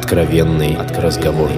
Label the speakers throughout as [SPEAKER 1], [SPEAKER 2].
[SPEAKER 1] Откровенный разговор.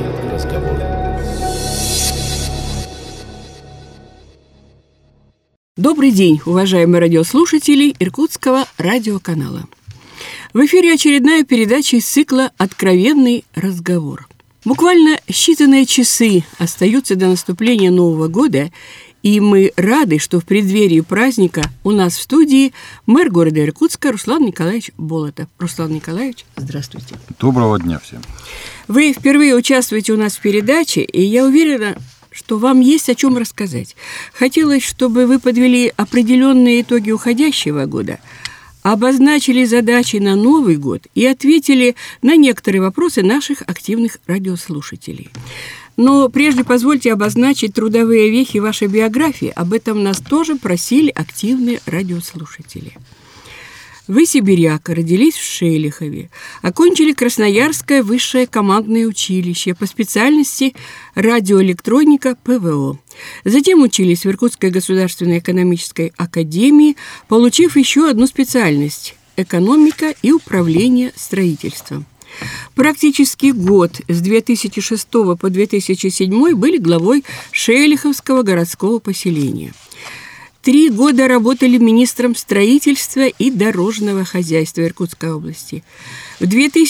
[SPEAKER 2] Добрый день, уважаемые радиослушатели Иркутского радиоканала. В эфире очередная передача из цикла «Откровенный разговор». Буквально считанные часы остаются до наступления Нового года, и мы рады, что в преддверии праздника у нас в студии мэр города Иркутска Руслан Николаевич Болотов. Руслан Николаевич, здравствуйте.
[SPEAKER 3] Доброго дня всем.
[SPEAKER 2] Вы впервые участвуете у нас в передаче, и я уверена, что вам есть о чем рассказать. Хотелось, чтобы вы подвели определенные итоги уходящего года, обозначили задачи на Новый год и ответили на некоторые вопросы наших активных радиослушателей. Но прежде позвольте обозначить трудовые вехи вашей биографии. Об этом нас тоже просили активные радиослушатели. Вы сибиряк, родились в Шелихове, окончили Красноярское высшее командное училище по специальности радиоэлектроника ПВО. Затем учились в Иркутской государственной экономической академии, получив еще одну специальность – экономика и управление строительством. Практически год с 2006 по 2007 были главой Шелиховского городского поселения. 3 года работали министром строительства и дорожного хозяйства Иркутской области. В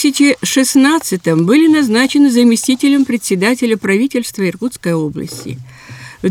[SPEAKER 2] 2016-м были назначены заместителем председателя правительства Иркутской области. В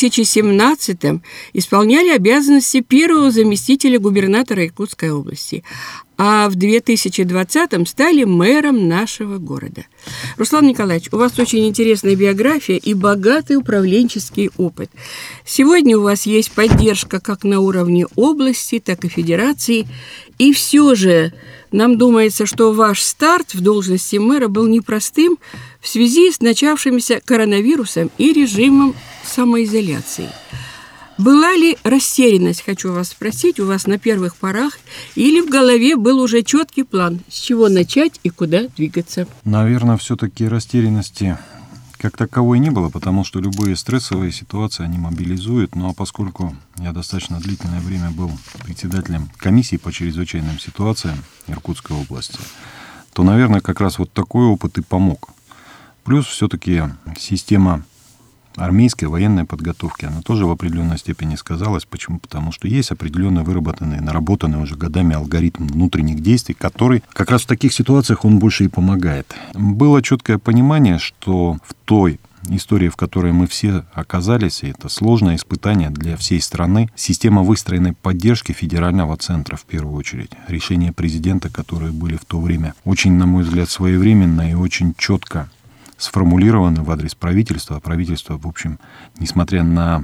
[SPEAKER 2] 2017-м исполняли обязанности первого заместителя губернатора Иркутской области, а в 2020-м стали мэром нашего города. Руслан Николаевич, у вас очень интересная биография и богатый управленческий опыт. Сегодня у вас есть поддержка как на уровне области, так и федерации. И все же нам думается, что ваш старт в должности мэра был непростым в связи с начавшимся коронавирусом и режимом самоизоляции. Была ли растерянность, хочу вас спросить, у вас на первых порах, или в голове был уже четкий план, с чего начать и куда двигаться?
[SPEAKER 3] Наверное, все-таки растерянности как таковой не было, потому что любые стрессовые ситуации, они мобилизуют. Ну а поскольку я достаточно длительное время был председателем комиссии по чрезвычайным ситуациям Иркутской области, то, наверное, как раз вот такой опыт и помог. Плюс все-таки система армейской военной подготовки, она тоже в определенной степени сказалась. Почему? Потому что есть определенно выработанный, наработанный уже годами алгоритм внутренних действий, который как раз в таких ситуациях он больше и помогает. Было четкое понимание, что в той истории, в которой мы все оказались, и это сложное испытание для всей страны, система выстроенной поддержки федерального центра в первую очередь, решения президента, которые были в то время очень, на мой взгляд, своевременно и очень четко сформулированы в адрес правительства. А правительство, в общем, несмотря на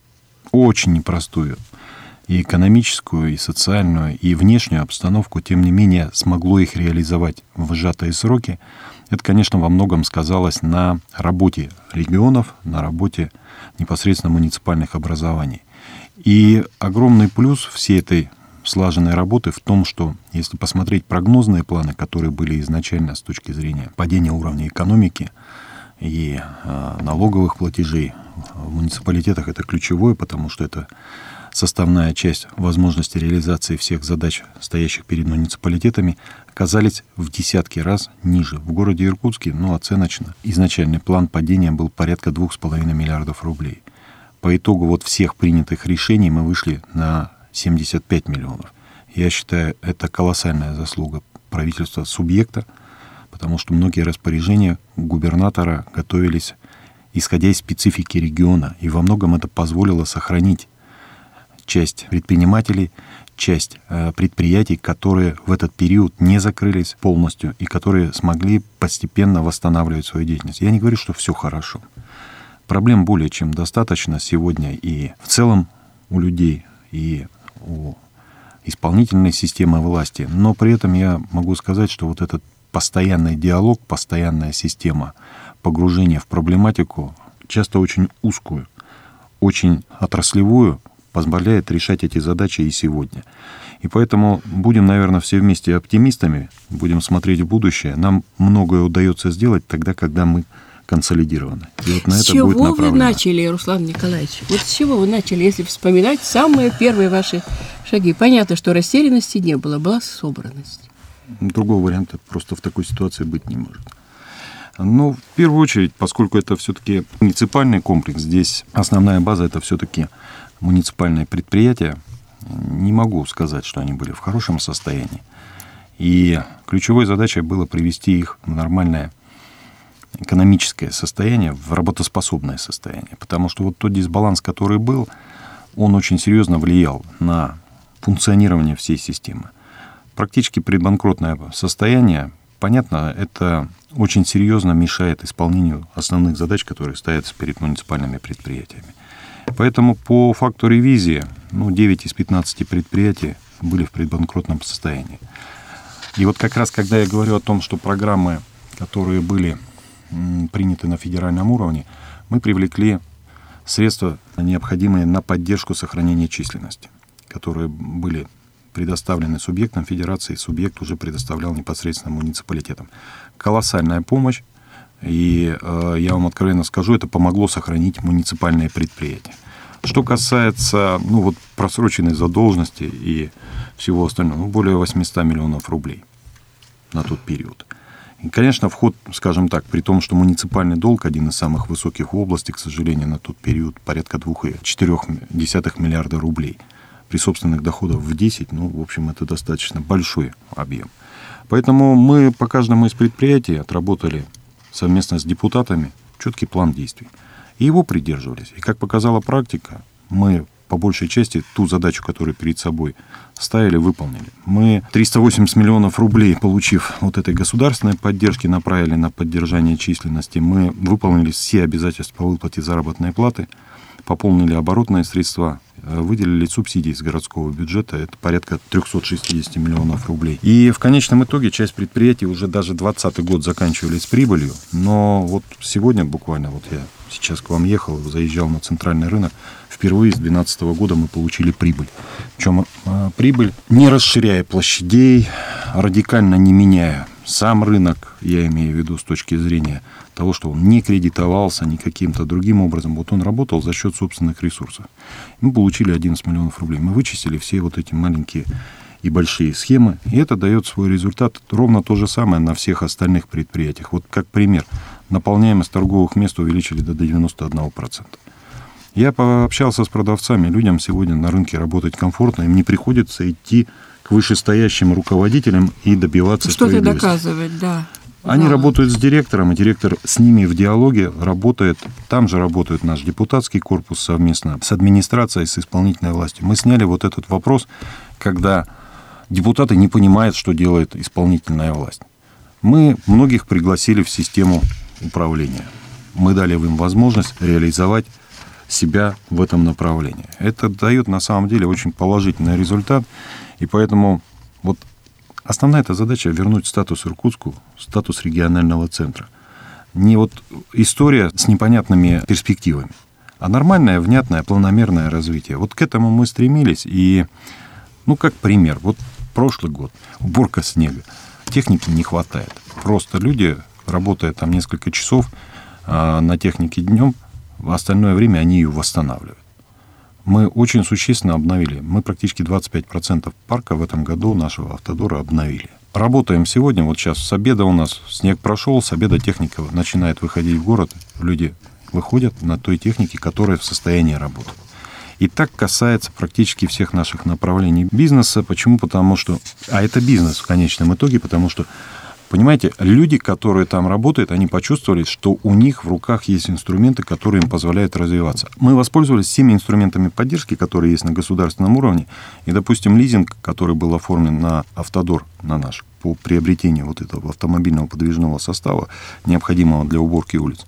[SPEAKER 3] очень непростую и экономическую, и социальную, и внешнюю обстановку, тем не менее смогло их реализовать в сжатые сроки. Это, конечно, во многом сказалось на работе регионов, на работе непосредственно муниципальных образований. И огромный плюс всей этой слаженной работы в том, что если посмотреть прогнозные планы, которые были изначально с точки зрения падения уровня экономики и налоговых платежей в муниципалитетах, это ключевое, потому что это составная часть возможности реализации всех задач, стоящих перед муниципалитетами, оказались в десятки раз ниже. В городе Иркутске, оценочно, изначальный план падения был порядка 2,5 миллиардов рублей. По итогу вот всех принятых решений мы вышли на 75 миллионов. Я считаю, это колоссальная заслуга правительства субъекта, потому что многие распоряжения губернатора готовились, исходя из специфики региона, и во многом это позволило сохранить часть предпринимателей, часть предприятий, которые в этот период не закрылись полностью и которые смогли постепенно восстанавливать свою деятельность. Я не говорю, что все хорошо. Проблем более чем достаточно сегодня и в целом у людей, и у исполнительной системы власти. Но при этом я могу сказать, что вот этот постоянный диалог, постоянная система погружения в проблематику, часто очень узкую, очень отраслевую, позволяет решать эти задачи и сегодня. И поэтому будем, наверное, все вместе оптимистами, будем смотреть в будущее. Нам многое удается сделать тогда, когда мы консолидированы. И вот на это будет направлено. С чего вы
[SPEAKER 2] начали, Руслан Николаевич? Вот с чего вы начали, если вспоминать самые первые ваши шаги? Понятно, что растерянности не было, была собранность.
[SPEAKER 3] Другого варианта просто в такой ситуации быть не может. Ну, в первую очередь, поскольку это все-таки муниципальный комплекс, здесь основная база – это все-таки муниципальные предприятия. Не могу сказать, что они были в хорошем состоянии. И ключевой задачей было привести их в нормальное экономическое состояние, в работоспособное состояние. Потому что вот тот дисбаланс, который был, он очень серьезно влиял на функционирование всей системы. Практически предбанкротное состояние, понятно, это очень серьезно мешает исполнению основных задач, которые ставятся перед муниципальными предприятиями. Поэтому по факту ревизии 9 из 15 предприятий были в предбанкротном состоянии. И вот как раз, когда я говорю о том, что программы, которые были приняты на федеральном уровне, мы привлекли средства, необходимые на поддержку сохранения численности, которые были предоставлены субъектам федерации, субъект уже предоставлял непосредственно муниципалитетам. Колоссальная помощь, и я вам откровенно скажу, это помогло сохранить муниципальные предприятия. Что касается просроченной задолженности и всего остального, более 800 миллионов рублей на тот период. И, конечно, вход, скажем так, при том, что муниципальный долг один из самых высоких в области, к сожалению, на тот период порядка 2,4 миллиарда рублей. При собственных доходах в 10, в общем, это достаточно большой объем. Поэтому мы по каждому из предприятий отработали совместно с депутатами четкий план действий. И его придерживались. И, как показала практика, мы по большей части ту задачу, которую перед собой ставили, выполнили. Мы 380 миллионов рублей, получив вот этой государственной поддержки, направили на поддержание численности. Мы выполнили все обязательства по выплате заработной платы, пополнили оборотные средства, выделили субсидии из городского бюджета, это порядка 360 миллионов рублей. И в конечном итоге часть предприятий уже даже 2020 год заканчивали с прибылью, но вот сегодня буквально, я сейчас к вам ехал, заезжал на центральный рынок, впервые с 2012 года мы получили прибыль. Причем прибыль, не расширяя площадей, радикально не меняя сам рынок, я имею в виду с точки зрения того, что он не кредитовался ни каким-то другим образом. Вот он работал за счет собственных ресурсов. Мы получили 11 миллионов рублей. Мы вычистили все вот эти маленькие и большие схемы, и это дает свой результат. Ровно то же самое на всех остальных предприятиях. Вот как пример. Наполняемость торговых мест увеличили до 91%. Я пообщался с продавцами. Людям сегодня на рынке работать комфортно. Им не приходится идти к вышестоящим руководителям и добиваться
[SPEAKER 2] что-то
[SPEAKER 3] справедливости.
[SPEAKER 2] Доказывать, да.
[SPEAKER 3] Они работают с директором, и директор с ними в диалоге работает. Там же работает наш депутатский корпус совместно с администрацией, с исполнительной властью. Мы сняли вот этот вопрос, когда депутаты не понимают, что делает исполнительная власть. Мы многих пригласили в систему управления. Мы дали им возможность реализовать себя в этом направлении. Это дает на самом деле очень положительный результат, и поэтому основная эта задача — вернуть статус Иркутску, статус регионального центра. Не история с непонятными перспективами, а нормальное, внятное, планомерное развитие. К этому мы стремились. И, как пример, прошлый год, уборка снега. Техники не хватает. Просто люди, работая там несколько часов на технике днем, в остальное время они ее восстанавливают. Мы очень существенно обновили. Мы практически 25% парка в этом году нашего автодора обновили. Работаем сегодня, сейчас с обеда у нас снег прошел, с обеда техника начинает выходить в город. Люди выходят на той технике, которая в состоянии работать. И так касается практически всех наших направлений бизнеса. Почему? Потому что... это бизнес в конечном итоге, потому что, понимаете, люди, которые там работают, они почувствовали, что у них в руках есть инструменты, которые им позволяют развиваться. Мы воспользовались всеми инструментами поддержки, которые есть на государственном уровне. И, допустим, лизинг, который был оформлен на автодор, на наш, по приобретению этого автомобильного подвижного состава, необходимого для уборки улиц,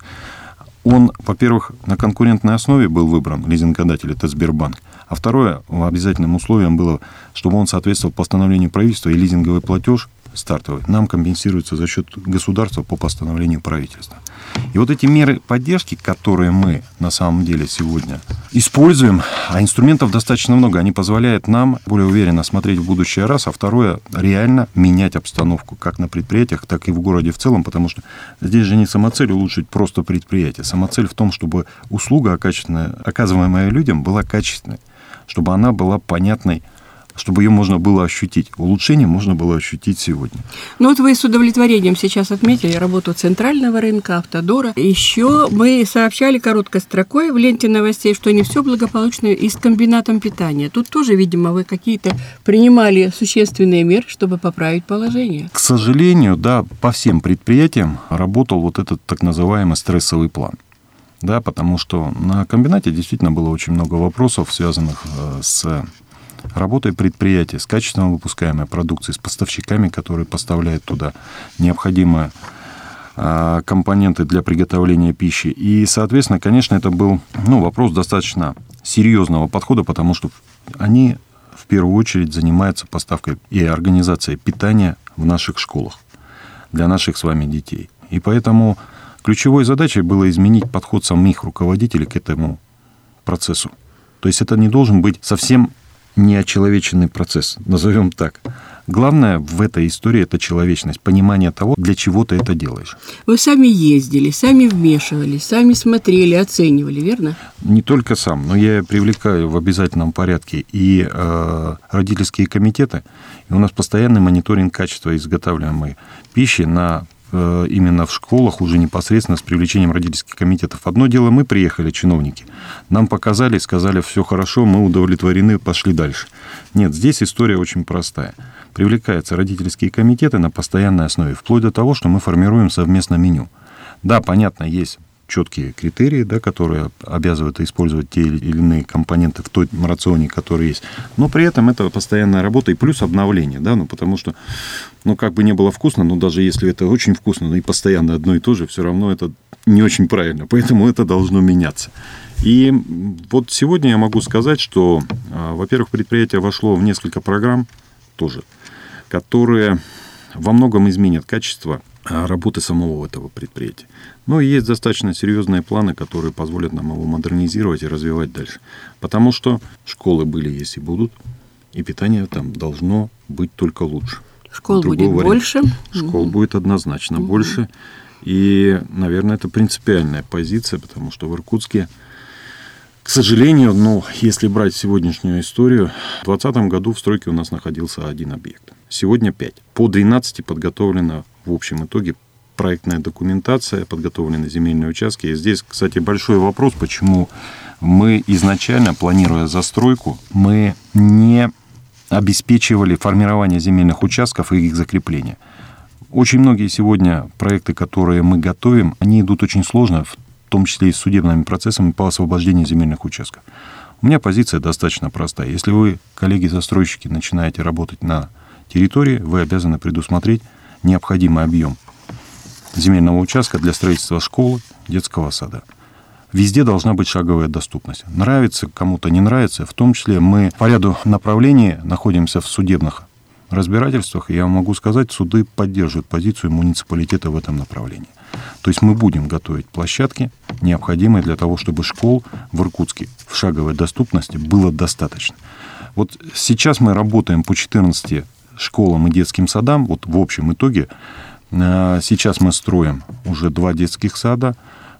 [SPEAKER 3] он, во-первых, на конкурентной основе был выбран, лизингодатель, это Сбербанк. А второе, обязательным условием было, чтобы он соответствовал постановлению правительства, и лизинговый платеж стартовый нам компенсируется за счет государства по постановлению правительства. И эти меры поддержки, которые мы на самом деле сегодня используем, а инструментов достаточно много, они позволяют нам более уверенно смотреть в будущее раз, а второе, реально менять обстановку как на предприятиях, так и в городе в целом, потому что здесь же не самоцель улучшить просто предприятие. Самоцель в том, чтобы услуга, оказываемая людям, была качественной, чтобы она была понятной чтобы ее можно было ощутить. Улучшение можно было ощутить сегодня.
[SPEAKER 2] Ну вот вы с удовлетворением сейчас отметили работу центрального рынка, Автодора. Еще мы сообщали короткой строкой в ленте новостей, что не все благополучно и с комбинатом питания. Тут тоже, видимо, вы какие-то принимали существенные меры, чтобы поправить положение.
[SPEAKER 3] К сожалению, да, по всем предприятиям работал вот этот так называемый стрессовый план. Да, потому что на комбинате действительно было очень много вопросов, связанных с работой предприятия, с качеством выпускаемой продукции, с поставщиками, которые поставляют туда необходимые компоненты для приготовления пищи. И, соответственно, конечно, это был вопрос достаточно серьезного подхода, потому что они в первую очередь занимаются поставкой и организацией питания в наших школах для наших с вами детей. И поэтому ключевой задачей было изменить подход самих руководителей к этому процессу. То есть это не должен быть совсем неочеловеченный процесс, назовем так. Главное в этой истории – это человечность, понимание того, для чего ты это делаешь.
[SPEAKER 2] Вы сами ездили, сами вмешивались, сами смотрели, оценивали, верно?
[SPEAKER 3] Не только сам, но я привлекаю в обязательном порядке и родительские комитеты. И у нас постоянный мониторинг качества изготавливаемой пищи именно в школах, уже непосредственно с привлечением родительских комитетов. Одно дело, мы приехали, чиновники, нам показали, сказали, все хорошо, мы удовлетворены, пошли дальше. Нет, здесь история очень простая. Привлекаются родительские комитеты на постоянной основе, вплоть до того, что мы формируем совместно меню. Да, понятно, есть четкие критерии, да, которые обязывают использовать те или иные компоненты в той рационе, который есть. Но при этом это постоянная работа и плюс обновление, да, потому что, как бы не было вкусно, но даже если это очень вкусно, но и постоянно одно и то же, все равно это не очень правильно, поэтому это должно меняться. И вот сегодня я могу сказать, что, во-первых, предприятие вошло в несколько программ тоже, которые во многом изменят качество работы самого этого предприятия. Но есть достаточно серьезные планы, которые позволят нам его модернизировать и развивать дальше. Потому что школы были, есть и будут, и питание там должно быть только лучше.
[SPEAKER 2] Школ будет больше.
[SPEAKER 3] Школ будет однозначно больше. И, наверное, это принципиальная позиция, потому что в Иркутске, к сожалению, если брать сегодняшнюю историю, в 2020 году в стройке у нас находился 1 объект. Сегодня 5. По 12 подготовлено в общем итоге проектная документация, подготовлены земельные участки. И здесь, кстати, большой вопрос, почему мы изначально, планируя застройку, мы не обеспечивали формирование земельных участков и их закрепление. Очень многие сегодня проекты, которые мы готовим, они идут очень сложно, в том числе и с судебными процессами по освобождению земельных участков. У меня позиция достаточно простая. Если вы, коллеги-застройщики, начинаете работать на территории, вы обязаны предусмотреть необходимый объем земельного участка для строительства школы, детского сада. Везде должна быть шаговая доступность. Нравится, кому-то не нравится. В том числе мы по ряду направлений находимся в судебных разбирательствах. И я могу сказать, суды поддерживают позицию муниципалитета в этом направлении. То есть мы будем готовить площадки, необходимые для того, чтобы школ в Иркутске в шаговой доступности было достаточно. Вот сейчас мы работаем по 14 школам и детским садам. Вот в общем итоге сейчас мы строим уже 2 детских сада,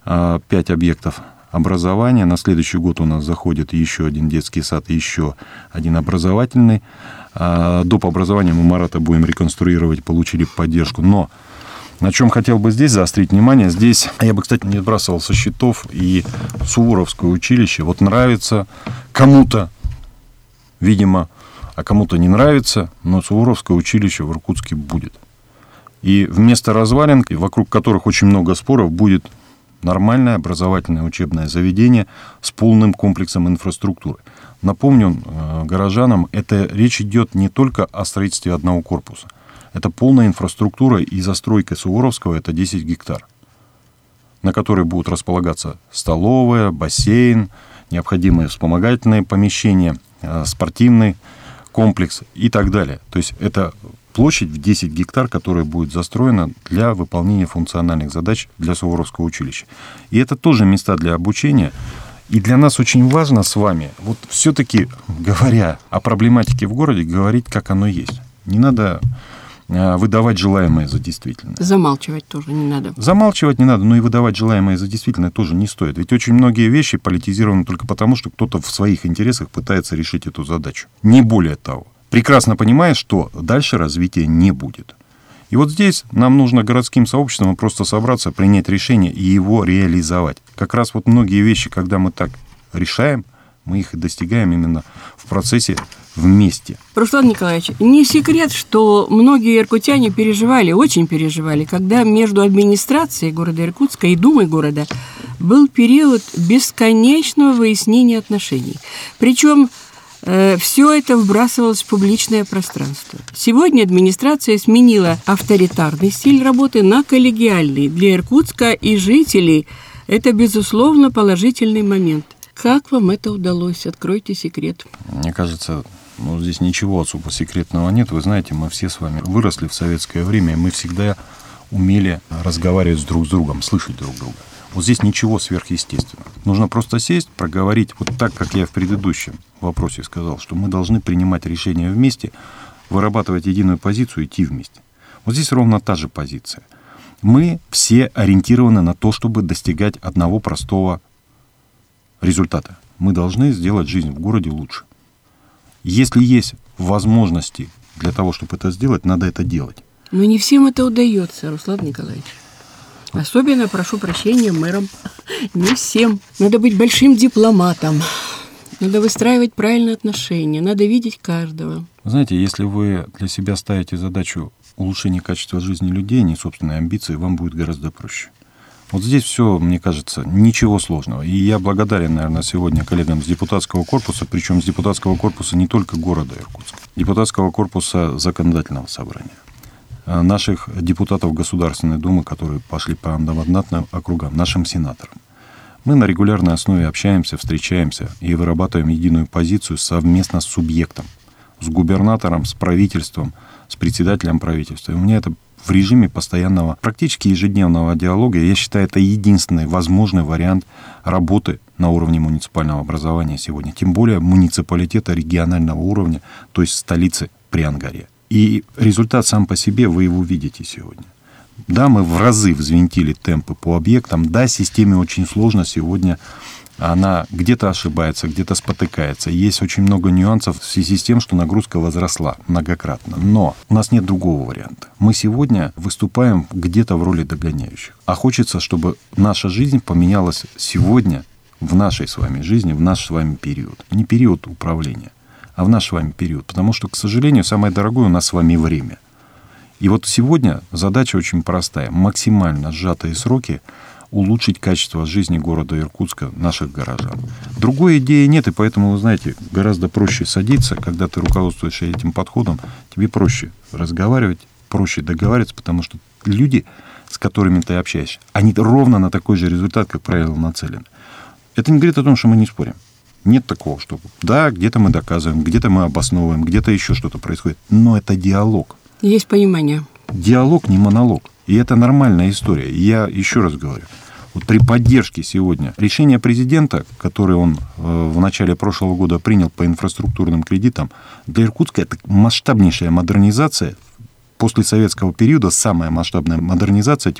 [SPEAKER 3] 5 объектов образования. На следующий год у нас заходит еще 1 детский сад и еще 1 образовательный. Доп. Образование мы Марата будем реконструировать, получили поддержку. Но на чем хотел бы здесь заострить внимание, здесь я бы, кстати, не сбрасывал со счетов и Суворовское училище. Вот нравится кому-то, видимо, а кому-то не нравится, но Суворовское училище в Иркутске будет. И вместо развалин, вокруг которых очень много споров, будет нормальное образовательное учебное заведение с полным комплексом инфраструктуры. Напомню горожанам, речь идет не только о строительстве одного корпуса. Это полная инфраструктура, и застройка Суворовского – это 10 гектар, на которой будут располагаться столовая, бассейн, необходимые вспомогательные помещения, спортивный комплекс и так далее. То есть это площадь в 10 гектар, которая будет застроена для выполнения функциональных задач для Суворовского училища. И это тоже места для обучения. И для нас очень важно с вами, вот все-таки, говоря о проблематике в городе, говорить, как оно есть. Не надо выдавать желаемое за действительное.
[SPEAKER 2] Замалчивать тоже не надо.
[SPEAKER 3] Замалчивать не надо, но и выдавать желаемое за действительное тоже не стоит. Ведь очень многие вещи политизированы только потому, что кто-то в своих интересах пытается решить эту задачу. Не более того. прекрасно понимая, что дальше развития не будет. И вот здесь нам нужно городским сообществом просто собраться, принять решение и его реализовать. Как раз вот многие вещи, когда мы так решаем, мы их и достигаем именно в процессе вместе.
[SPEAKER 2] Руслан Николаевич, не секрет, что многие иркутяне переживали, очень переживали, когда между администрацией города Иркутска и Думой города был период бесконечного выяснения отношений. Причем все это вбрасывалось в публичное пространство. Сегодня администрация сменила авторитарный стиль работы на коллегиальный. Для Иркутска и жителей это, безусловно, положительный момент. Как вам это удалось? Откройте секрет.
[SPEAKER 3] Мне кажется, здесь ничего особо секретного нет. Вы знаете, мы все с вами выросли в советское время, и мы всегда умели разговаривать друг с другом, слышать друг друга. Вот здесь ничего сверхъестественного. Нужно просто сесть, проговорить, вот так, как я в предыдущем вопросе сказал, что мы должны принимать решения вместе, вырабатывать единую позицию, идти вместе. Вот здесь ровно та же позиция. Мы все ориентированы на то, чтобы достигать одного простого результата. Мы должны сделать жизнь в городе лучше. Если есть возможности для того, чтобы это сделать, надо это делать.
[SPEAKER 2] Но не всем это удается, Руслан Николаевич. Особенно, прошу прощения, мэрам. Не всем. Надо быть большим дипломатом. Надо выстраивать правильные отношения. Надо видеть каждого.
[SPEAKER 3] Знаете, если вы для себя ставите задачу улучшения качества жизни людей, а не собственные амбиции, вам будет гораздо проще. Вот здесь все, мне кажется, ничего сложного. И я благодарен, наверное, сегодня коллегам с депутатского корпуса, причем с депутатского корпуса не только города Иркутска, депутатского корпуса законодательного собрания, наших депутатов Государственной Думы, которые пошли по мандатным округам, нашим сенаторам. Мы на регулярной основе общаемся, встречаемся и вырабатываем единую позицию совместно с субъектом, с губернатором, с правительством, с председателем правительства. И у меня это в режиме постоянного, практически ежедневного диалога. Я считаю, это единственный возможный вариант работы на уровне муниципального образования сегодня. Тем более муниципалитета регионального уровня, то есть столицы Приангарья. И результат сам по себе вы его видите сегодня. Да, мы в разы взвинтили темпы по объектам. Да, системе очень сложно сегодня. Она где-то ошибается, где-то спотыкается. Есть очень много нюансов в связи с тем, что нагрузка возросла многократно. Но у нас нет другого варианта. Мы сегодня выступаем где-то в роли догоняющих. А хочется, чтобы наша жизнь поменялась сегодня в нашей с вами жизни, в наш с вами период. Не период управления, а в наш с вами период. Потому что, к сожалению, самое дорогое у нас с вами время. И вот сегодня задача очень простая. Максимально сжатые сроки улучшить качество жизни города Иркутска, наших горожан. Другой идеи нет, и поэтому, вы знаете, гораздо проще садиться, когда ты руководствуешься этим подходом, тебе проще разговаривать, проще договариваться, потому что люди, с которыми ты общаешься, они ровно на такой же результат, как правило, нацелены. Это не говорит о том, что мы не спорим. Нет такого, что да, где-то мы доказываем, где-то мы обосновываем, где-то еще что-то происходит. Но это диалог.
[SPEAKER 2] Есть понимание.
[SPEAKER 3] Диалог, не монолог. И это нормальная история. Я еще раз говорю. Вот при поддержке сегодня решения президента, которое он в начале прошлого года принял по инфраструктурным кредитам, для Иркутска это масштабнейшая модернизация. После советского периода самая масштабная модернизация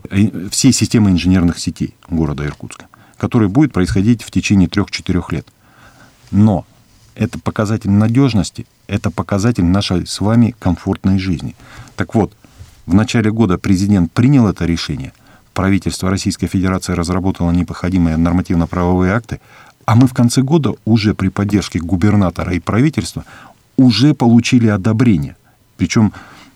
[SPEAKER 3] всей системы инженерных сетей города Иркутска, которая будет происходить в течение 3-4 лет. Но это показатель надежности, это показатель нашей с вами комфортной жизни. Так вот, в начале года президент принял это решение, правительство Российской Федерации разработало необходимые нормативно-правовые акты, а мы в конце года уже при поддержке губернатора и правительства уже получили одобрение. Причем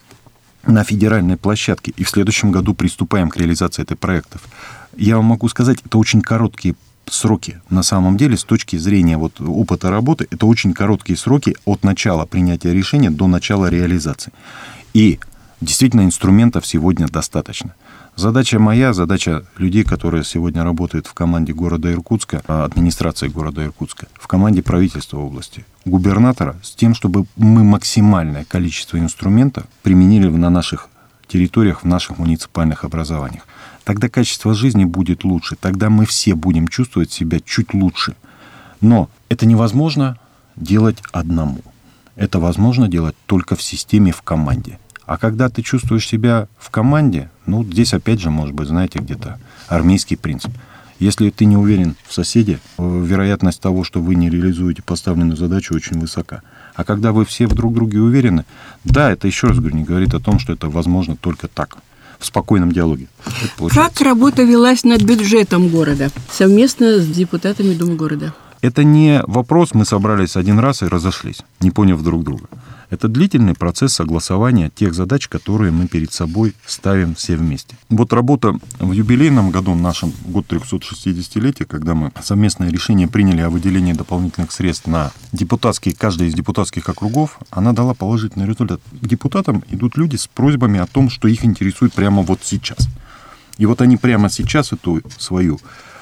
[SPEAKER 3] на федеральной площадке. И в следующем году приступаем к реализации этих проектов. Я вам могу сказать, это очень короткие сроки. На самом деле, с точки зрения опыта работы, это очень короткие сроки от начала принятия решения до начала реализации. И действительно инструментов сегодня достаточно. Задача моя, задача людей, которые сегодня работают в команде города Иркутска, администрации города Иркутска, в команде правительства области, губернатора, с тем, чтобы мы максимальное количество инструментов применили на наших территориях, в наших муниципальных образованиях. Тогда качество жизни будет лучше, тогда мы все будем чувствовать себя чуть лучше. Но это невозможно делать одному. Это возможно делать только в системе, в команде. А когда ты чувствуешь себя в команде, здесь опять же, может быть, знаете, где-то армейский принцип. Если ты не уверен в соседе, вероятность того, что вы не реализуете поставленную задачу, очень высока. А когда вы все в друг друге уверены, да, это, еще раз говорю, не говорит о том, что это возможно только так, в спокойном диалоге.
[SPEAKER 2] Как работа велась над бюджетом города совместно с депутатами Думы города?
[SPEAKER 3] Это не вопрос, мы собрались один раз и разошлись, не поняв друг друга. Это длительный процесс согласования тех задач, которые мы перед собой ставим все вместе. Вот работа в юбилейном году, нашем год 360-летия, когда мы совместное решение приняли о выделении дополнительных средств на каждый из депутатских округов, она дала положительный результат. К депутатам идут люди с просьбами о том, что их интересует прямо вот сейчас. И вот они прямо сейчас эту свою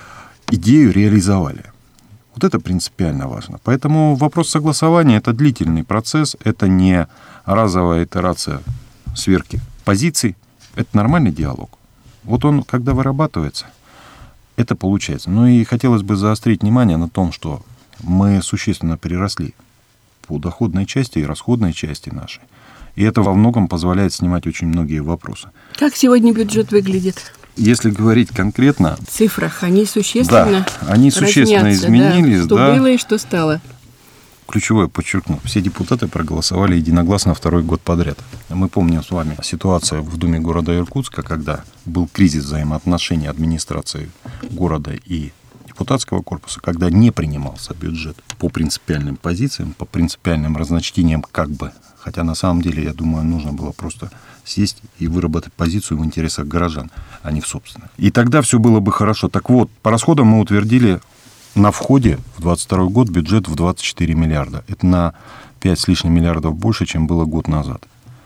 [SPEAKER 3] идею реализовали. Вот это принципиально важно. Поэтому вопрос согласования – это длительный процесс, это не разовая итерация сверки позиций, это нормальный диалог. Вот он, когда вырабатывается, это получается. Ну и хотелось бы заострить внимание на том, что мы существенно переросли по доходной части и расходной части нашей. И это во многом позволяет снимать очень многие вопросы.
[SPEAKER 2] Как сегодня бюджет выглядит?
[SPEAKER 3] Если говорить конкретно...
[SPEAKER 2] В цифрах они существенно
[SPEAKER 3] они существенно изменились.
[SPEAKER 2] Что было и что стало.
[SPEAKER 3] Ключевое подчеркну. Все депутаты проголосовали единогласно второй год подряд. Мы помним с вами ситуацию в Думе города Иркутска, когда был кризис взаимоотношений администрации города и депутатского корпуса, когда не принимался бюджет по принципиальным позициям, по принципиальным разночтениям хотя на самом деле, я думаю, нужно было просто сесть и выработать позицию в интересах горожан, а не в собственных. И тогда все было бы хорошо. Так вот, по расходам мы утвердили на входе в 2022 год бюджет в 24 миллиарда. Это на 5 с лишним миллиардов больше, чем было год назад.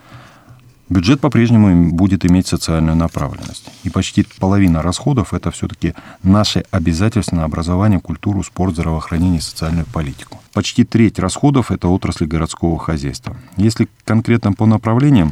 [SPEAKER 3] Бюджет по-прежнему будет иметь социальную направленность. И почти половина расходов – это все-таки наши обязательства на образование, культуру, спорт, здравоохранение и социальную политику. Почти треть расходов – это отрасли городского хозяйства. Если конкретно по направлениям,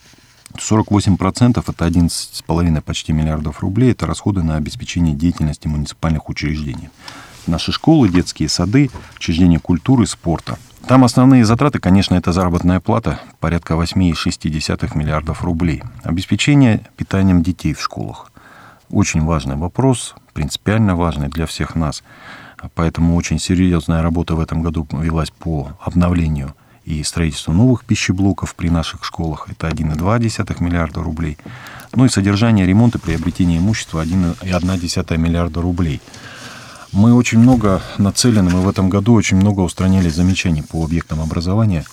[SPEAKER 3] 48% – это 11,5 почти миллиардов рублей – это расходы на обеспечение деятельности муниципальных учреждений. Наши школы, детские сады, учреждения культуры, спорта. Там основные затраты, конечно, это заработная плата, порядка 8,6 миллиардов рублей. Обеспечение питанием детей в школах. Очень важный вопрос, принципиально важный для всех нас. Поэтому очень серьезная работа в этом году велась по обновлению и строительству новых пищеблоков при наших школах. Это 1,2 миллиарда рублей. Ну и содержание, ремонт и приобретение имущества 1,1 миллиарда рублей. Мы очень много нацелены, мы в этом году очень много устраняли замечаний по объектам образования.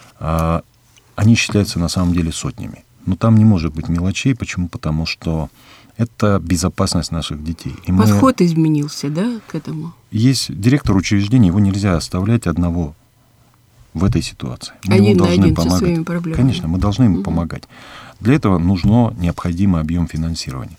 [SPEAKER 3] Они считаются на самом деле сотнями. Но там не может быть мелочей. Почему? Потому что это безопасность наших детей. И
[SPEAKER 2] подход изменился, да, к этому?
[SPEAKER 3] Есть директор учреждения, его нельзя оставлять одного в этой ситуации. Мы
[SPEAKER 2] один
[SPEAKER 3] ему должны
[SPEAKER 2] на один
[SPEAKER 3] помогать.
[SPEAKER 2] Со своими проблемами.
[SPEAKER 3] Конечно, мы должны ему помогать. Для этого нужно необходимый объем финансирования.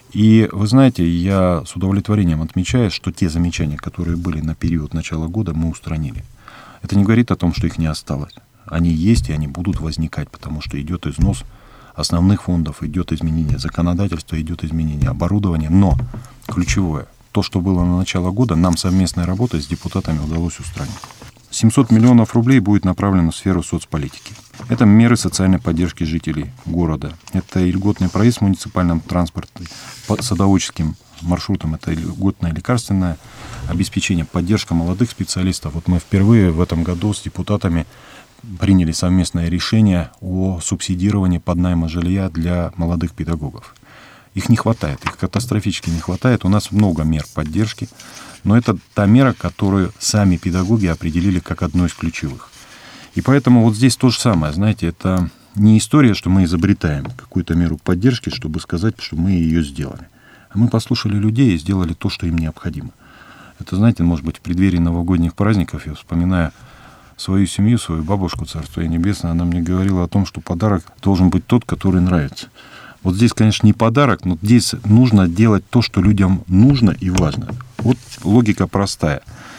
[SPEAKER 3] И вы знаете, я с удовлетворением отмечаю, что те замечания, которые были на период начала года, мы устранили. Это не говорит о том, что их не осталось. Они есть и они будут возникать, потому что идет износ основных фондов, идет изменение законодательства, идет изменение оборудования. Но ключевое, то, что было на начало года, нам совместной работой с депутатами удалось устранить. 700 миллионов рублей будет направлено в сферу соцполитики. Это меры социальной поддержки жителей города. Это и льготный проезд в муниципальном транспорте по садоводческим маршрутам. Это льготное лекарственное обеспечение, поддержка молодых специалистов. Вот мы впервые в этом году с депутатами приняли совместное решение о субсидировании поднайма жилья для молодых педагогов. Их не хватает, их катастрофически не хватает. У нас много мер поддержки, но это та мера, которую сами педагоги определили как одну из ключевых. И поэтому вот здесь то же самое, знаете, это не история, что мы изобретаем какую-то меру поддержки, чтобы сказать, что мы ее сделали. А мы послушали людей и сделали то, что им необходимо. Это, знаете, может быть, в преддверии новогодних праздников, я вспоминаю свою семью, свою бабушку, Царство ей небесное, она мне говорила о том, что подарок должен быть тот, который нравится. Вот здесь, конечно, не подарок, но здесь нужно делать то, что людям нужно и важно. Вот логика простая.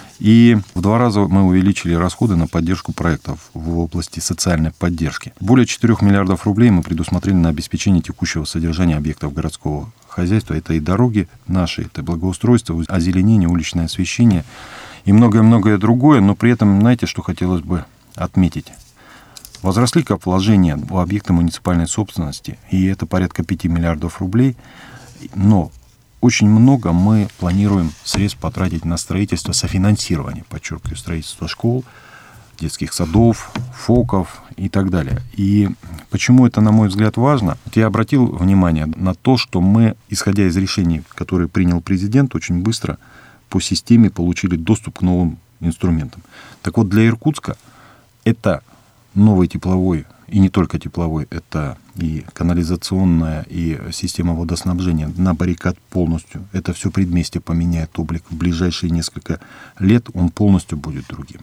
[SPEAKER 3] И в 2 раза мы увеличили расходы на поддержку проектов в области социальной поддержки. Более 4 миллиардов рублей мы предусмотрели на обеспечение текущего содержания объектов городского хозяйства. Это и дороги наши, это благоустройство, озеленение, уличное освещение и многое-многое другое. Но при этом, знаете, что хотелось бы отметить? Возросли капвложения в объекты муниципальной собственности, и это порядка 5 миллиардов рублей. Но очень много мы планируем средств потратить на строительство, софинансирование, подчеркиваю, строительство школ, детских садов, ФОКов и так далее. И почему это, на мой взгляд, важно? Я обратил внимание на то, что мы, исходя из решений, которые принял президент, очень быстро по системе получили доступ к новым инструментам. Так вот, для Иркутска это новый тепловой, и не только тепловой, это и канализационная, и система водоснабжения на баррикад полностью. Это все предместье поменяет облик. В ближайшие несколько лет он полностью будет другим.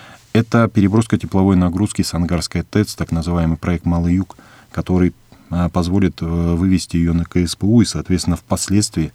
[SPEAKER 3] Это переброска тепловой нагрузки с Ангарской ТЭЦ, так называемый проект «Малый Юг», который позволит вывести ее на КСПУ и, соответственно, впоследствии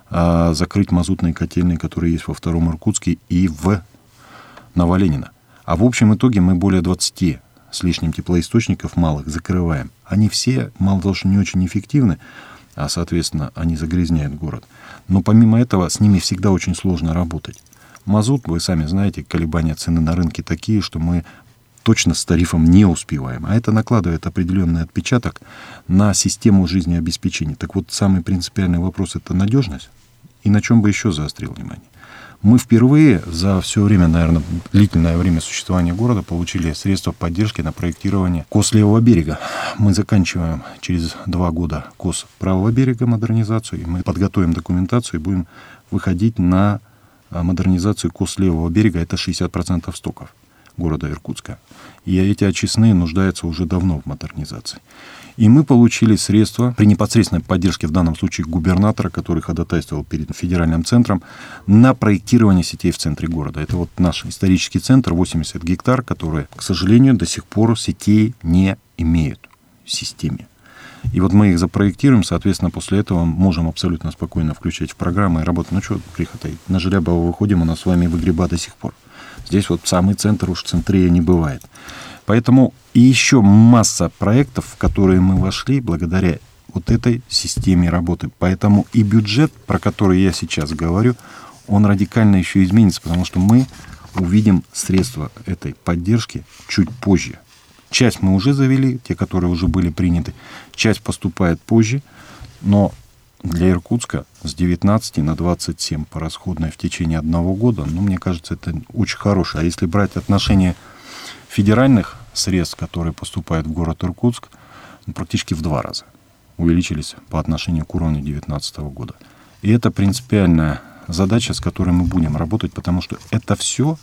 [SPEAKER 3] закрыть мазутные котельные, которые есть во Втором Иркутске и в Новоленина. А в общем итоге мы более 20 с лишним теплоисточников малых закрываем. Они все, мало того, что не очень эффективны, а, соответственно, они загрязняют город. Но помимо этого с ними всегда очень сложно работать. Мазут, вы сами знаете, колебания цены на рынке такие, что мы точно с тарифом не успеваем. А это накладывает определенный отпечаток на систему жизнеобеспечения. Так вот, самый принципиальный вопрос — это надежность. И на чем бы еще заострил внимание? Мы впервые за все время, наверное, длительное время существования города получили средства поддержки на проектирование КОС левого берега. Мы заканчиваем через 2 года КОС правого берега модернизацию, и мы подготовим документацию и будем выходить на модернизацию КОС левого берега. Это 60% стоков города Иркутска. И эти очистные нуждаются уже давно в модернизации. И мы получили средства при непосредственной поддержке, в данном случае, губернатора, который ходатайствовал перед федеральным центром, на проектирование сетей в центре города. Это вот наш исторический центр, 80 гектар, которые, к сожалению, до сих пор сетей не имеют в системе. И вот мы их запроектируем, соответственно, после этого можем абсолютно спокойно включать в программы и работать. Ну что, греха таить, на Желябово выходим, у нас с вами выгреба до сих пор. Здесь вот самый центр, уж центрее не бывает. Поэтому и еще масса проектов, в которые мы вошли благодаря вот этой системе работы. Поэтому и бюджет, про который я сейчас говорю, он радикально еще изменится, потому что мы увидим средства этой поддержки чуть позже. Часть мы уже завели, те, которые уже были приняты. Часть поступает позже, но для Иркутска с 19 на 27 по расходной в течение 1 года, ну, мне кажется, это очень хорошее. А если брать отношение федеральных средств, которые поступают в город Иркутск, ну, практически в 2 раза увеличились по отношению к уровню 2019 года. И это принципиальная задача, с которой мы будем работать, потому что это все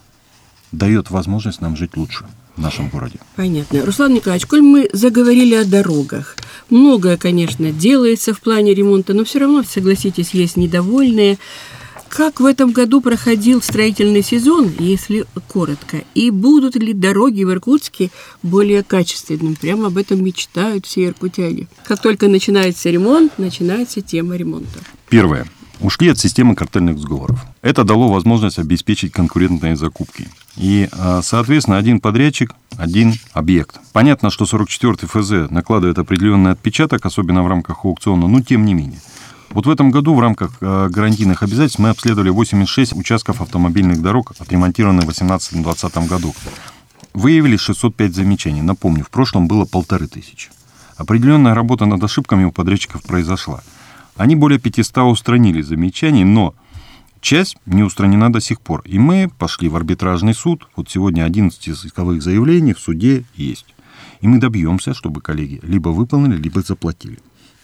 [SPEAKER 3] дает возможность нам жить лучше в нашем городе.
[SPEAKER 2] Понятно. Руслан Николаевич, коль мы заговорили о дорогах, многое, конечно, делается в плане ремонта, но все равно, согласитесь, есть недовольные. Как в этом году проходил строительный сезон, если коротко? И будут ли дороги в Иркутске более качественными? Прямо об этом мечтают все иркутяне. Как только начинается ремонт, начинается тема ремонта.
[SPEAKER 3] Первое. Ушли от системы картельных сговоров. Это дало возможность обеспечить конкурентные закупки. И, соответственно, один подрядчик, один объект. Понятно, что 44-й ФЗ накладывает определенный отпечаток, особенно в рамках аукциона, но тем не менее. Вот в этом году в рамках гарантийных обязательств мы обследовали 86 участков автомобильных дорог, отремонтированных в 2018-2020 году. Выявили 605 замечаний. Напомню, в прошлом было 1500. Определенная работа над ошибками у подрядчиков произошла. Они более 500 устранили замечаний, но часть не устранена до сих пор. И мы пошли в арбитражный суд. Вот сегодня 11 исковых заявлений в суде есть. И мы добьемся, чтобы коллеги либо выполнили, либо заплатили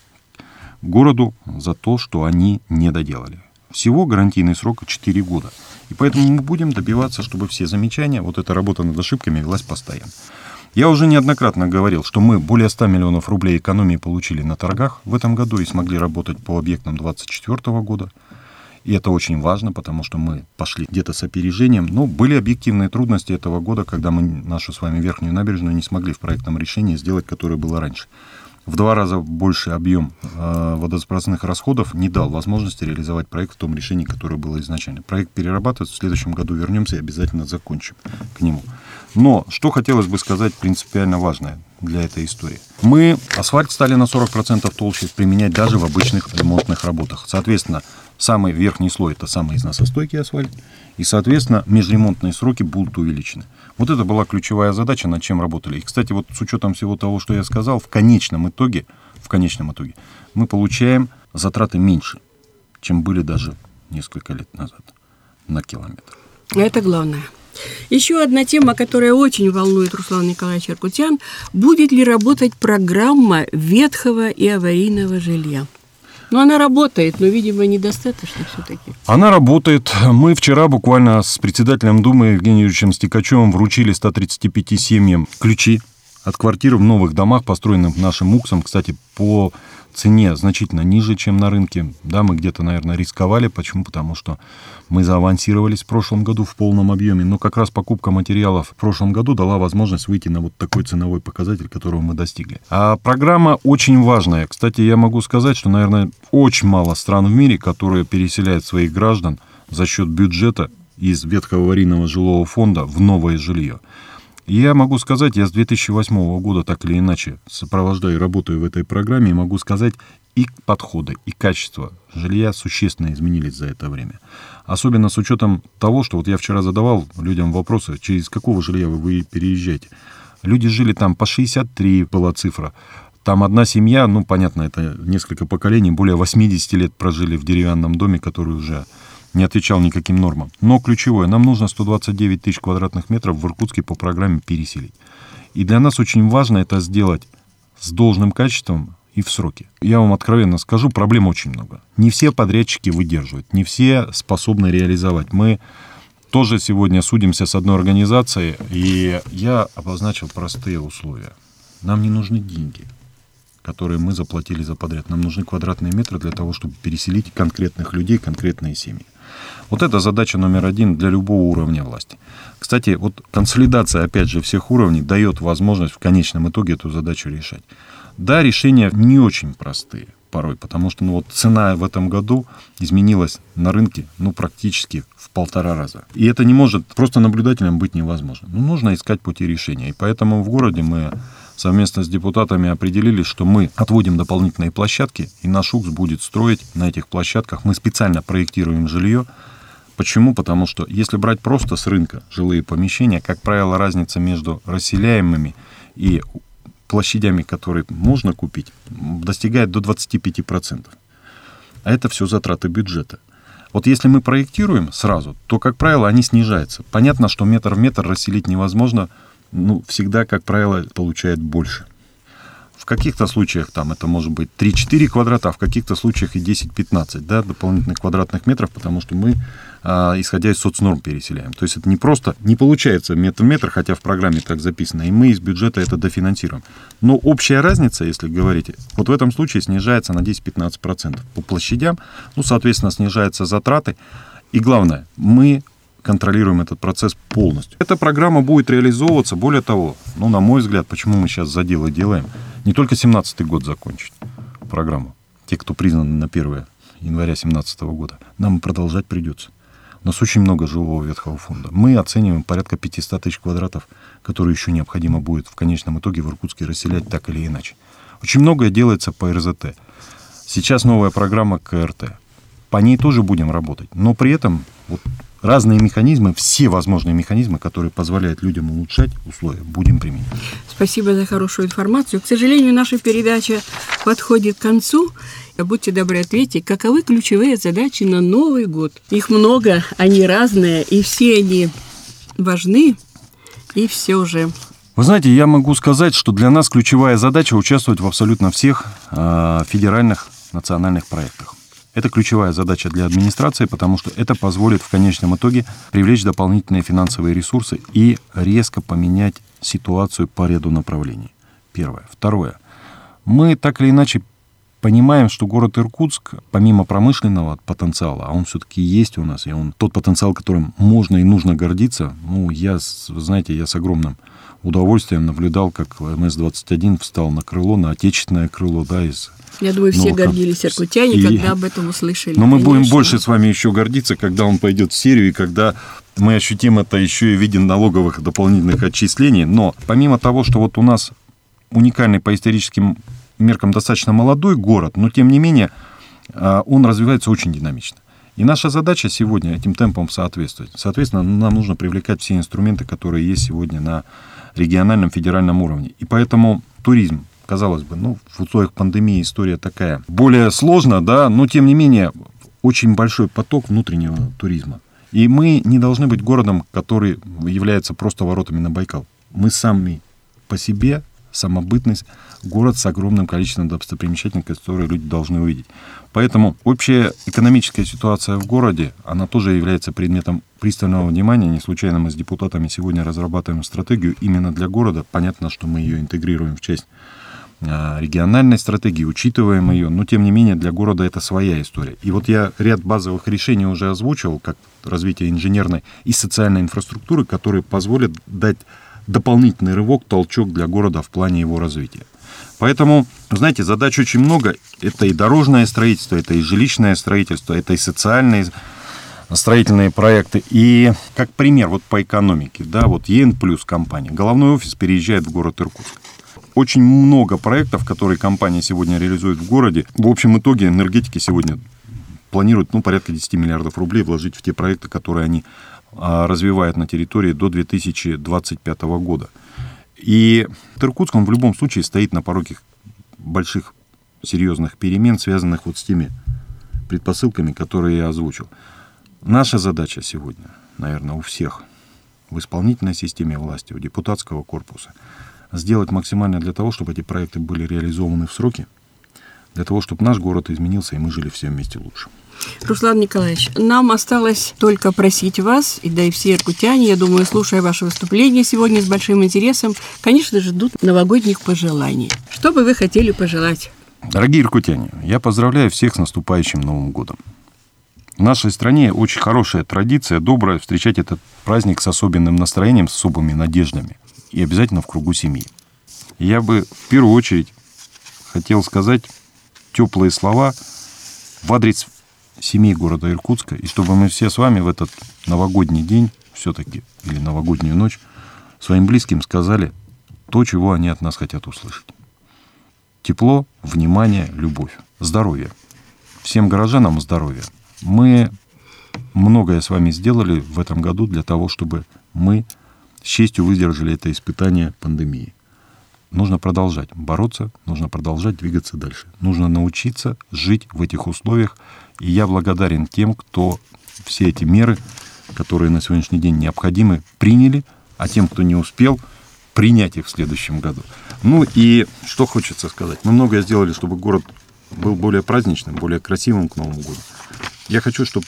[SPEAKER 3] городу за то, что они не доделали. Всего гарантийный срок 4 года. И поэтому мы будем добиваться, чтобы все замечания, вот эта работа над ошибками велась постоянно. Я уже неоднократно говорил, что мы более 100 миллионов рублей экономии получили на торгах в этом году и смогли работать по объектам 2024 года. И это очень важно, потому что мы пошли где-то с опережением. Но были объективные трудности этого года, когда мы нашу с вами верхнюю набережную не смогли в проектном решении сделать, которое было раньше. В 2 раза больше объем водосбросных расходов не дал возможности реализовать проект в том решении, которое было изначально. Проект перерабатывается, в следующем году вернемся и обязательно закончим к нему. Но что хотелось бы сказать принципиально важное для этой истории. Мы асфальт стали на 40% толще применять даже в обычных ремонтных работах. Соответственно, самый верхний слой – это самый износостойкий асфальт. И, соответственно, межремонтные сроки будут увеличены. Вот это была ключевая задача, над чем работали. И, кстати, вот с учетом всего того, что я сказал, в конечном итоге мы получаем затраты меньше. чем были даже несколько лет назад на километр.
[SPEAKER 2] Это главное. Еще одна тема, которая очень волнует Руслана Николаевича Иркутян. Будет ли работать программа ветхого и аварийного жилья? Ну, она работает, но, видимо, недостаточно все-таки.
[SPEAKER 3] Она работает. Мы вчера буквально с председателем Думы Евгением Юрьевичем Стекачевым вручили 135 семьям ключи от квартир в новых домах, построенных нашим МУКСом. Кстати, по цене значительно ниже, чем на рынке. Да, мы где-то, наверное, рисковали. Почему? Потому что мы заавансировались в прошлом году в полном объеме. Но как раз покупка материалов в прошлом году дала возможность выйти на вот такой ценовой показатель, которого мы достигли. А программа очень важная. Кстати, я могу сказать, что, наверное, очень мало стран в мире, которые переселяют своих граждан за счет бюджета из ветхого аварийного жилого фонда в новое жилье. Я могу сказать, я с 2008 года так или иначе сопровождаю и работаю в этой программе, и могу сказать, и подходы, и качество жилья существенно изменились за это время. Особенно с учетом того, что вот я вчера задавал людям вопросы, через какого жилья вы переезжаете. Люди жили там по 63 была цифра. Там одна семья, ну, понятно, это несколько поколений, более 80 лет прожили в деревянном доме, который уже не отвечал никаким нормам. Но ключевое, нам нужно 129 тысяч квадратных метров в Иркутске по программе переселить. И для нас очень важно это сделать с должным качеством и в сроки. Я вам откровенно скажу, проблем очень много. Не все подрядчики выдерживают, не все способны реализовать. Мы тоже сегодня судимся с одной организацией, и я обозначил простые условия. Нам не нужны деньги, которые мы заплатили за подряд. Нам нужны квадратные метры для того, чтобы переселить конкретных людей, конкретные семьи. Вот это задача номер один для любого уровня власти. Кстати, вот консолидация, опять же, всех уровней дает возможность в конечном итоге эту задачу решать. Да, решения не очень простые порой, потому что вот цена в этом году изменилась на рынке практически в 1,5 раза. И это не может просто наблюдателем быть невозможно. Нужно искать пути решения. И поэтому в городе мы совместно с депутатами определили, что мы отводим дополнительные площадки, и наш УКС будет строить на этих площадках. Мы специально проектируем жилье. Почему? Потому что если брать просто с рынка жилые помещения, как правило, разница между расселяемыми и площадями, которые можно купить, достигает до 25%. А это все затраты бюджета. Вот если мы проектируем сразу, то, как правило, они снижаются. Понятно, что метр в метр расселить невозможно, всегда, как правило, получает больше. В каких-то случаях там это может быть 3-4 квадрата, а в каких-то случаях и 10-15 дополнительных квадратных метров, потому что мы, исходя из соцнорм, переселяем. То есть это не просто, не получается метр в метр, хотя в программе так записано, и мы из бюджета это дофинансируем. Но общая разница, если говорить, вот в этом случае снижается на 10-15% по площадям, соответственно, снижаются затраты. И главное, мы контролируем этот процесс полностью. Эта программа будет реализовываться, более того, на мой взгляд, почему мы сейчас заделы делаем, не только 2017 год закончить программу, те, кто признаны на 1 января 2017 года, нам продолжать придется. У нас очень много жилого ветхого фонда. Мы оцениваем порядка 500 тысяч квадратов, которые еще необходимо будет в конечном итоге в Иркутске расселять так или иначе. Очень многое делается по РЗТ. Сейчас новая программа КРТ. По ней тоже будем работать. Но при этом разные механизмы, все возможные механизмы, которые позволяют людям улучшать условия, будем применять.
[SPEAKER 2] Спасибо за хорошую информацию. К сожалению, наша передача подходит к концу. Будьте добры, ответьте, каковы ключевые задачи на Новый год? Их много, они разные, и все они важны, и все же.
[SPEAKER 3] Вы знаете, я могу сказать, что для нас ключевая задача участвовать в абсолютно всех федеральных национальных проектах. Это ключевая задача для администрации, потому что это позволит в конечном итоге привлечь дополнительные финансовые ресурсы и резко поменять ситуацию по ряду направлений. Первое. Второе. Мы так или иначе понимаем, что город Иркутск, помимо промышленного потенциала, а он все-таки есть у нас, и он тот потенциал, которым можно и нужно гордиться, я с огромным удовольствием наблюдал, как МС-21 встал на крыло, на отечественное крыло, из...
[SPEAKER 2] Я думаю, все гордились иркутяне, когда об этом услышали.
[SPEAKER 3] Но мы будем больше с вами еще гордиться, когда он пойдет в серию, и когда мы ощутим это еще и в виде налоговых дополнительных отчислений. Но помимо того, что у нас уникальный по историческим меркам достаточно молодой город, но тем не менее он развивается очень динамично. И наша задача сегодня этим темпом соответствовать. Соответственно, нам нужно привлекать все инструменты, которые есть сегодня на региональном, федеральном уровне. И поэтому туризм, казалось бы, в условиях пандемии история такая более сложная, но тем не менее очень большой поток внутреннего туризма. И мы не должны быть городом, который является просто воротами на Байкал. Мы сами по себе самобытность, город с огромным количеством достопримечательностей, которые люди должны увидеть. Поэтому общая экономическая ситуация в городе, она тоже является предметом пристального внимания. Не случайно мы с депутатами сегодня разрабатываем стратегию именно для города. Понятно, что мы ее интегрируем в часть региональной стратегии, учитываем ее, но тем не менее для города это своя история. И вот я ряд базовых решений уже озвучивал, как развитие инженерной и социальной инфраструктуры, которые позволят дать дополнительный рывок, толчок для города в плане его развития. Поэтому, знаете, задач очень много. Это и дорожное строительство, это и жилищное строительство, это и социальные строительные проекты. И как пример вот по экономике, да, вот ЕН Плюс компания, головной офис переезжает в город Иркутск. Очень много проектов, которые компания сегодня реализует в городе. В общем итоге энергетики сегодня планируют порядка 10 миллиардов рублей вложить в те проекты, которые они развивают на территории до 2025 года. И Иркутск, он в любом случае стоит на пороге больших, серьезных перемен, связанных вот с теми предпосылками, которые я озвучил. Наша задача сегодня, наверное, у всех в исполнительной системе власти, у депутатского корпуса, сделать максимально для того, чтобы эти проекты были реализованы в сроки, для того, чтобы наш город изменился, и мы жили все вместе лучше.
[SPEAKER 2] Руслан Николаевич, нам осталось только просить вас, и да и все иркутяне, я думаю, слушая ваше выступление сегодня с большим интересом, конечно же, ждут новогодних пожеланий. Что бы вы хотели пожелать?
[SPEAKER 3] Дорогие иркутяне, я поздравляю всех с наступающим Новым годом. В нашей стране очень хорошая традиция, добрая, встречать этот праздник с особенным настроением, с особыми надеждами. И обязательно в кругу семьи. Я бы в первую очередь хотел сказать теплые слова в адрес семей города Иркутска, и чтобы мы все с вами в этот новогодний день все-таки, или новогоднюю ночь, своим близким сказали то, чего они от нас хотят услышать. Тепло, внимание, любовь, здоровье. Всем горожанам здоровья. Мы многое с вами сделали в этом году для того, чтобы мы с честью выдержали это испытание пандемии. Нужно продолжать бороться, нужно продолжать двигаться дальше. Нужно научиться жить в этих условиях. И я благодарен тем, кто все эти меры, которые на сегодняшний день необходимы, приняли, а тем, кто не успел, принять их в следующем году. Ну и что хочется сказать. Мы многое сделали, чтобы город был более праздничным, более красивым к Новому году. Я хочу, чтобы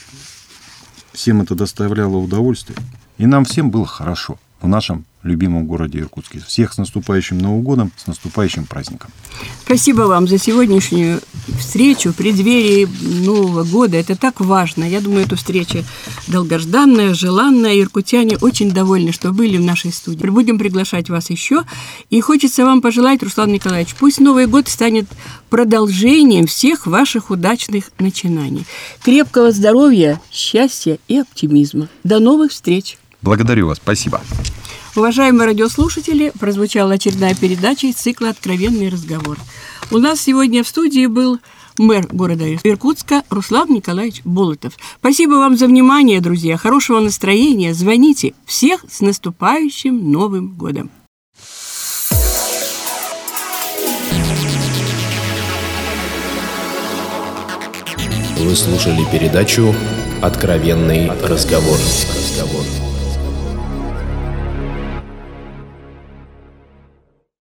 [SPEAKER 3] всем это доставляло удовольствие, и нам всем было хорошо в нашем любимом городе Иркутске. Всех с наступающим Новым годом, с наступающим праздником.
[SPEAKER 2] Спасибо вам за сегодняшнюю встречу в преддверии Нового года. Это так важно. Я думаю, эта встреча долгожданная, желанная. Иркутяне очень довольны, что были в нашей студии. Будем приглашать вас еще. И хочется вам пожелать, Руслан Николаевич, пусть Новый год станет продолжением всех ваших удачных начинаний. Крепкого здоровья, счастья и оптимизма. До новых встреч.
[SPEAKER 3] Благодарю вас. Спасибо.
[SPEAKER 2] Уважаемые радиослушатели, прозвучала очередная передача из цикла «Откровенный разговор». У нас сегодня в студии был мэр города Иркутска Руслан Николаевич Болотов. Спасибо вам за внимание, друзья. Хорошего настроения. Звоните. Всех с наступающим Новым годом.
[SPEAKER 1] Вы слушали передачу «Откровенный разговор».